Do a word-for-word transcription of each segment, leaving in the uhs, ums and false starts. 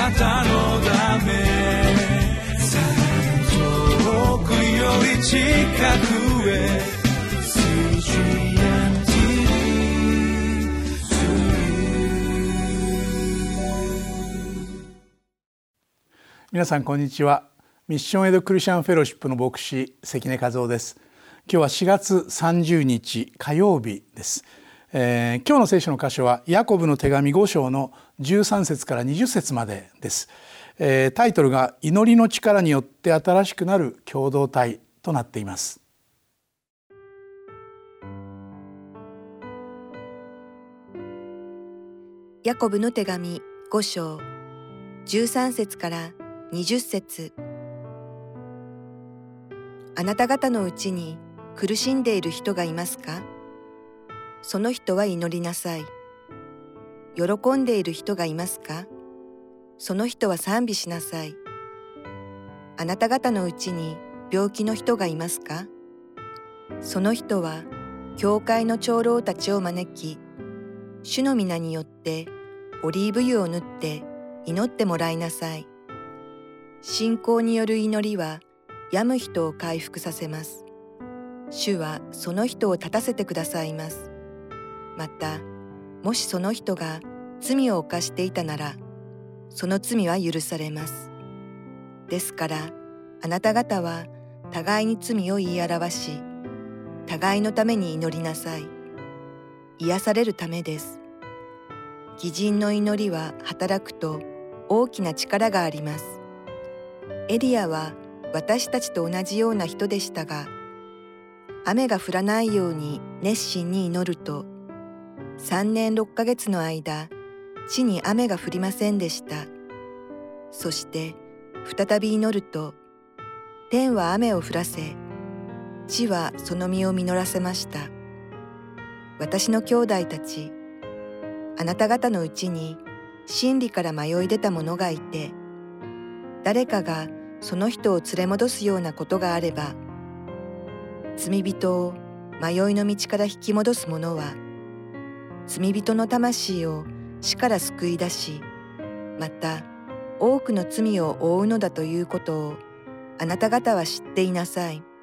なたのため遠くより近くへ皆さんこんにちは。ミッションエイドクリスチャンフェローシップの牧師関根和夫です。今日はしがつさんじゅうにち火曜日です。えー、今日の聖書の箇所はヤコブの手紙ご章のじゅうさん節からにじゅっ節までです。えー、タイトルが祈りの力によって新しくなる共同体となっています。 ヤコブの手紙ご章じゅうさん節からにじゅっ節。あなた方のうちに苦しんでいる人がいますか？その人は祈りなさい。喜んでいる人がいますか？その人は賛美しなさい。あなた方のうちに病気の人がいますか？その人は教会の長老たちを招き、主の皆によってオリーブ油を塗って祈ってもらいなさい。信仰による祈りは病む人を回復させます。主はその人を立たせてくださいます。また、もしその人が罪を犯していたなら、その罪は許されます。ですから、あなた方は互いに罪を言い表し、互いのために祈りなさい。癒されるためです。義人の祈りは働くと大きな力があります。エリアは私たちと同じような人でしたが、雨が降らないように熱心に祈ると、さんねんろっかげつの間、地に雨が降りませんでした。そして再び祈ると、天は雨を降らせ、地はその実を実らせました。私の兄弟たち、あなた方のうちに真理から迷い出た者がいて、誰かがその人を連れ戻すようなことがあれば、罪人を迷いの道から引き戻す者は、罪人の魂を死から救い出し、また多くの罪を負うのだということをあなた方は知っていなさい。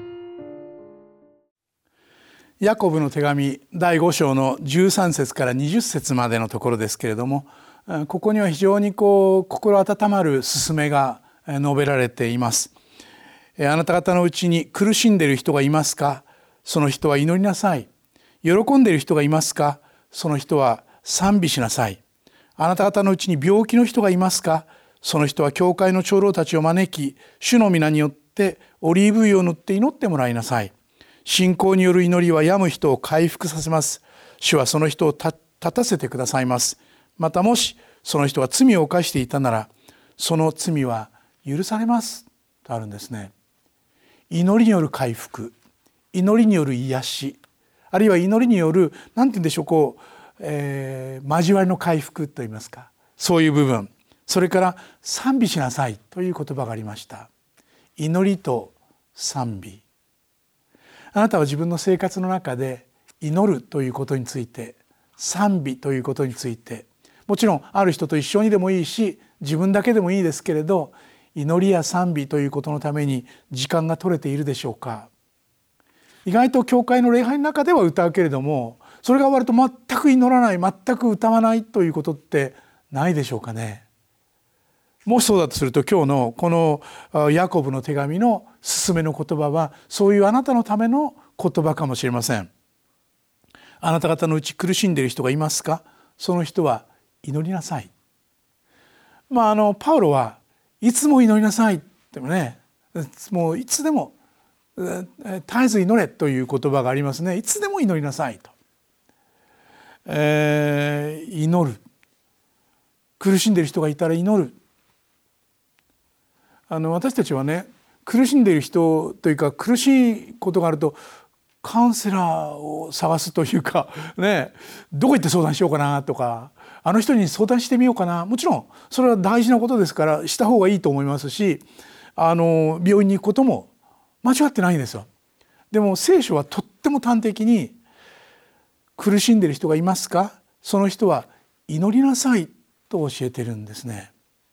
ヤコブの手紙だいご章のじゅうさん節からにじゅっ節までのところですけれども、ここには非常にこう心温まる勧めが述べられています。あなた方のうちに苦しんでいる人がいますか？その人は祈りなさい。喜んでいる人がいますか？その人は賛美しなさい。あなた方のうちに病気の人がいますか？その人は教会の長老たちを招き、主の皆によってオリーブ油を塗って祈ってもらいなさい。信仰による祈りは病む人を回復させます。主はその人を立たせてくださいます。またもしその人が罪を犯していたなら、その罪は許されますとあるんですね。祈りによる回復、祈りによる癒し、あるいは祈りによる何て言うんでしょう、こう、えー、交わりの回復といいますか、そういう部分、それから賛美しなさいという言葉がありました。祈りと賛美。あなたは自分の生活の中で祈るということについて、賛美ということについて、もちろんある人と一緒にでもいいし、自分だけでもいいですけれど、祈りや賛美ということのために時間が取れているでしょうか。意外と教会の礼拝の中では歌うけれども、それが終わると全く祈らない、全く歌わないということってないでしょうかね。もしそうだとすると、今日のこのヤコブの手紙の勧めの言葉は、そういうあなたのための言葉かもしれません。あなた方のうち苦しんでいる人がいますか？その人は祈りなさい。まああのパウロはいつも祈りなさいってもね、もういつでも絶えず祈れという言葉がありますね。いつでも祈りなさいと、えー、祈る。苦しんでいる人がいたら祈る。あの私たちはね、苦しんでいる人というか苦しいことがあるとカウンセラーを探すというかね、どこ行って相談しようかなとか、あの人に相談してみようかな、もちろんそれは大事なことですからした方がいいと思いますし、あの病院に行くことも間違ってないんですよ。でも聖書はとっても端的に、苦しんでいる人がいますか？その人は祈りなさいと教えているんですね。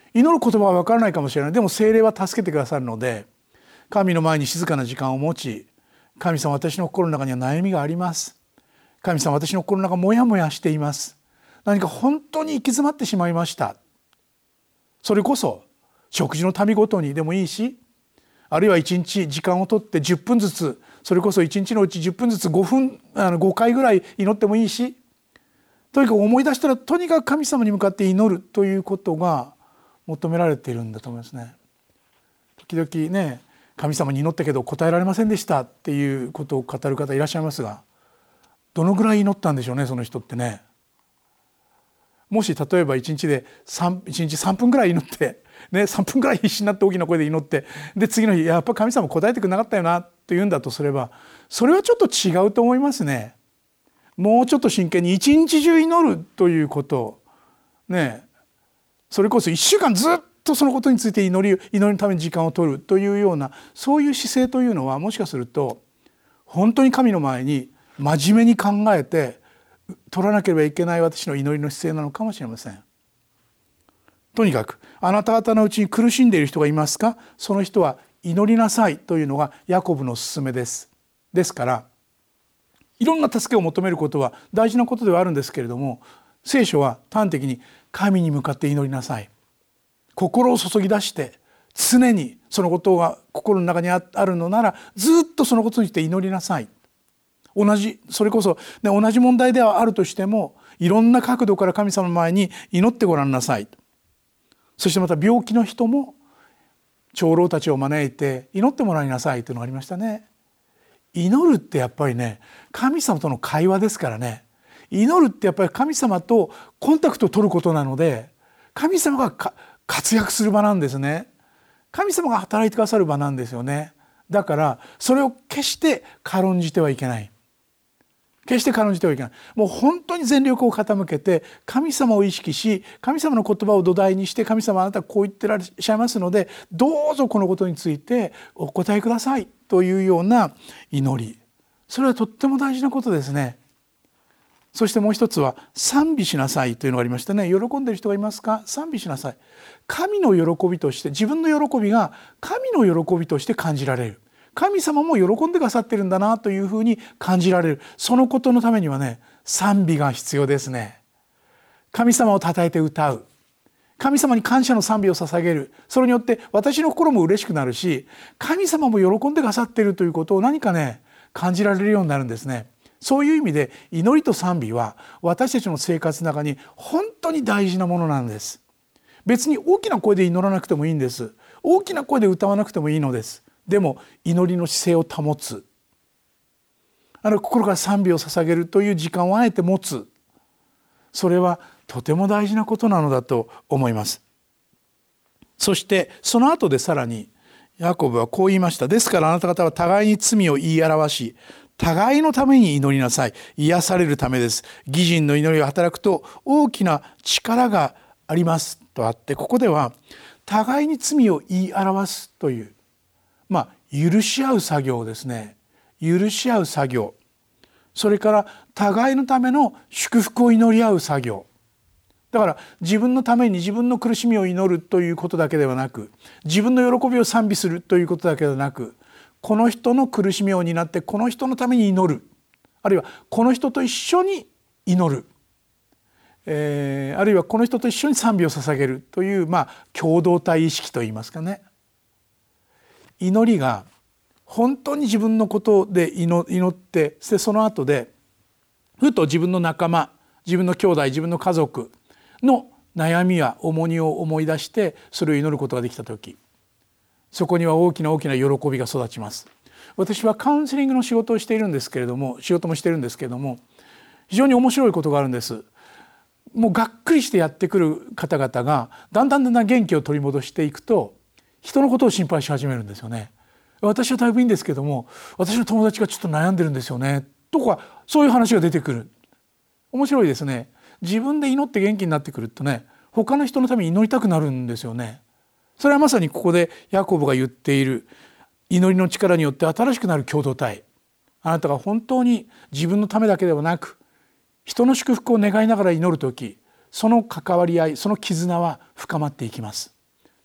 祈る言葉は分からないかもしれない。でも聖霊は助けてくださるので、神の前に静かな時間を持ち、神様、私の心の中には悩みがあります。神様、私の心の中もやもやしています。何か本当に行き詰まってしまいました。それこそ食事のたびごとにでもいいし、あるいはいちにち時間をとってじゅっぷんずつ、それこそいちにちのうちじゅっぷんずつごふんあのごかいぐらい祈ってもいいし、とにかく思い出したらとにかく神様に向かって祈るということが求められているんだと思いますね。時々ね、神様に祈ったけど答えられませんでしたっていうことを語る方いらっしゃいますが、どのぐらい祈ったんでしょうね、その人ってね。もし例えばいちにちで3、いちにちさんぷんぐらい祈って、ね、さんぷんぐらい必死になって大きな声で祈って、で次の日やっぱ神様答えてくれなかったよなと言うんだとすれば、それはちょっと違うと思いますね。もうちょっと真剣に一日中祈るということね、それこそいっしゅうかんずっとそのことについて祈り祈りのために時間を取るというような、そういう姿勢というのは、もしかすると本当に神の前に真面目に考えて取らなければいけない私の祈りの姿勢なのかもしれません。とにかくあなた方のうちに苦しんでいる人がいますか、その人は祈りなさいというのがヤコブの勧めです。ですからいろんな助けを求めることは大事なことではあるんですけれども、聖書は端的に神に向かって祈りなさい、心を注ぎ出して常にそのことが心の中にあるのならずっとそのことについて祈りなさい。同じそれこそ、ね、同じ問題ではあるとしても、いろんな角度から神様の前に祈ってごらんなさい。そしてまた病気の人も長老たちを招いて祈ってもらいなさいというのがありましたね。祈るってやっぱりね、神様との会話ですからね。祈るってやっぱり神様とコンタクトを取ることなので、神様がか活躍する場なんですね。神様が働いてくださる場なんですよね。だからそれを決して軽んじてはいけない。決して軽んじてはいけない。もう本当に全力を傾けて神様を意識し、神様の言葉を土台にして、神様あなたはこう言ってらっしゃいますので、どうぞこのことについてお答えくださいというような祈り、それはとっても大事なことですね。そしてもう一つは賛美しなさいというのがありましたね。喜んでいる人がいますか？賛美しなさい。神の喜びとして、自分の喜びが神の喜びとして感じられる。神様も喜んでくださってるんだなというふうに感じられる。そのことのためにはね、賛美が必要ですね。神様を称えて歌う。神様に感謝の賛美を捧げる。それによって私の心も嬉しくなるし、神様も喜んでくださっているということを何かね、感じられるようになるんですね。そういう意味で祈りと賛美は私たちの生活の中に本当に大事なものなんです。別に大きな声で祈らなくてもいいんです。大きな声で歌わなくてもいいのです。でも祈りの姿勢を保つ、あの心から賛美を捧げるという時間をあえて持つ、それはとても大事なことなのだと思います。そしてその後でさらにヤコブはこう言いました。ですからあなた方は互いに罪を言い表し、互いのために祈りなさい。癒されるためです。義人の祈りが働くと大きな力がありますとあって、ここでは互いに罪を言い表すという、まあ許し合う作業ですね。許し合う作業、それから互いのための祝福を祈り合う作業。だから自分のために自分の苦しみを祈るということだけではなく、自分の喜びを賛美するということだけではなく、この人の苦しみを担ってこの人のために祈る、あるいはこの人と一緒に祈る、えー、あるいはこの人と一緒に賛美を捧げるという、まあ共同体意識といいますかね。祈りが本当に自分のことで祈って、そしてその後でふと自分の仲間、自分の兄弟、自分の家族の悩みや重荷を思い出してそれを祈ることができたとき、そこには大きな大きな喜びが育ちます。私はカウンセリングの仕事をしているんですけれども仕事もしているんですけれども、非常に面白いことがあるんです。もうがっくりしてやってくる方々がだんだんだんだん元気を取り戻していくと、人のことを心配し始めるんですよね。私はだいぶいいんですけども、私の友達がちょっと悩んでるんですよねとか、そういう話が出てくる。面白いですね。自分で祈って元気になってくるとね、他の人のために祈りたくなるんですよね。それはまさにここでヤコブが言っている祈りの力によって新しくなる共同体。あなたが本当に自分のためだけではなく、人の祝福を願いながら祈るとき、その関わり合い、その絆は深まっていきます。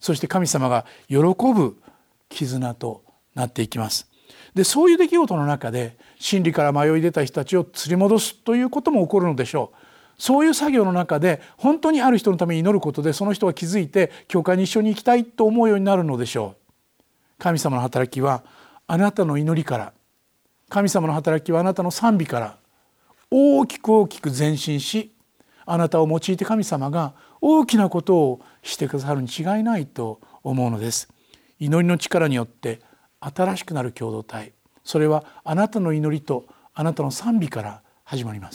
そして神様が喜ぶ絆となっていきます。で、そういう出来事の中で真理から迷い出た人たちを連れ戻すということも起こるのでしょう。そういう作業の中で本当にある人のために祈ることで、その人が気づいて教会に一緒に行きたいと思うようになるのでしょう。神様の働きはあなたの祈りから、神様の働きはあなたの賛美から大きく大きく前進し、あなたを用いて神様が大きなことをしてくださるに違いないと思うのです。祈りの力によって新しくなる共同体、それはあなたの祈りとあなたの賛美から始まります。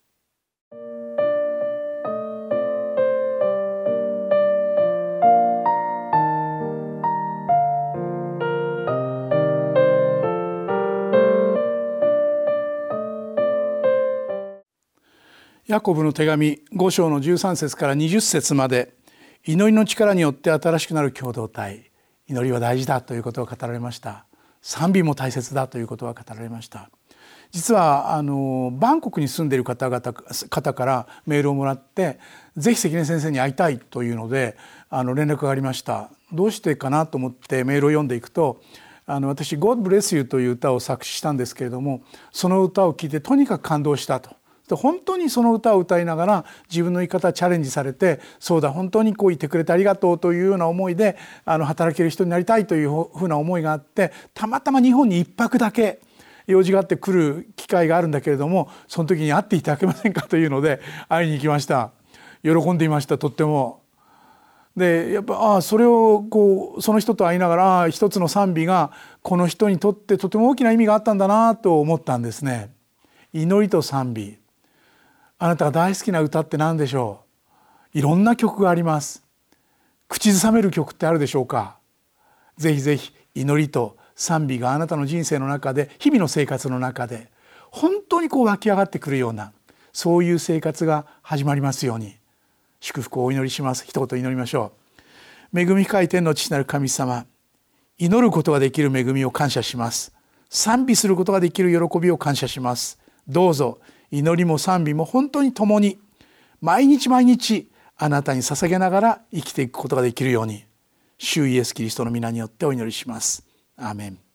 ヤコブの手紙ご章のじゅうさん節からにじゅっ節まで、祈りの力によって新しくなる共同体、祈りは大事だということが語られました。賛美も大切だということが語られました。実はあのバンコクに住んでいる方々方からメールをもらって、ぜひ関根先生に会いたいというのであの連絡がありました。どうしてかなと思ってメールを読んでいくと、あの私 God Bless You という歌を作詞したんですけれども、その歌を聴いてとにかく感動したと。本当にその歌を歌いながら自分の生き方チャレンジされて、そうだ本当にこう言ってくれてありがとうというような思いであの働ける人になりたいというふうな思いがあって、たまたま日本に一泊だけ用事があって来る機会があるんだけれども、その時に会っていただけませんかというので会いに行きました。喜んでいました。とっても。でやっぱああそれをこうその人と会いながら、あ一つの賛美がこの人にとってとても大きな意味があったんだなと思ったんですね。祈りと賛美、あなたが大好きな歌って何でしょう。いろんな曲があります。口ずさめる曲ってあるでしょうか。ぜひぜひ祈りと賛美があなたの人生の中で、日々の生活の中で本当にこう湧き上がってくるような、そういう生活が始まりますように祝福をお祈りします。一言祈りましょう。恵み深い天の父なる神様、祈ることができる恵みを感謝します。賛美することができる喜びを感謝します。どうぞ祈りも賛美も本当に共に毎日毎日あなたに捧げながら生きていくことができるように、主イエスキリストの皆によってお祈りします。アーメン。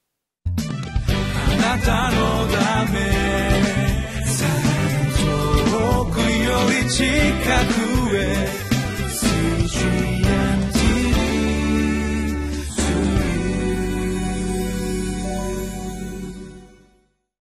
あなたのため遠くより近く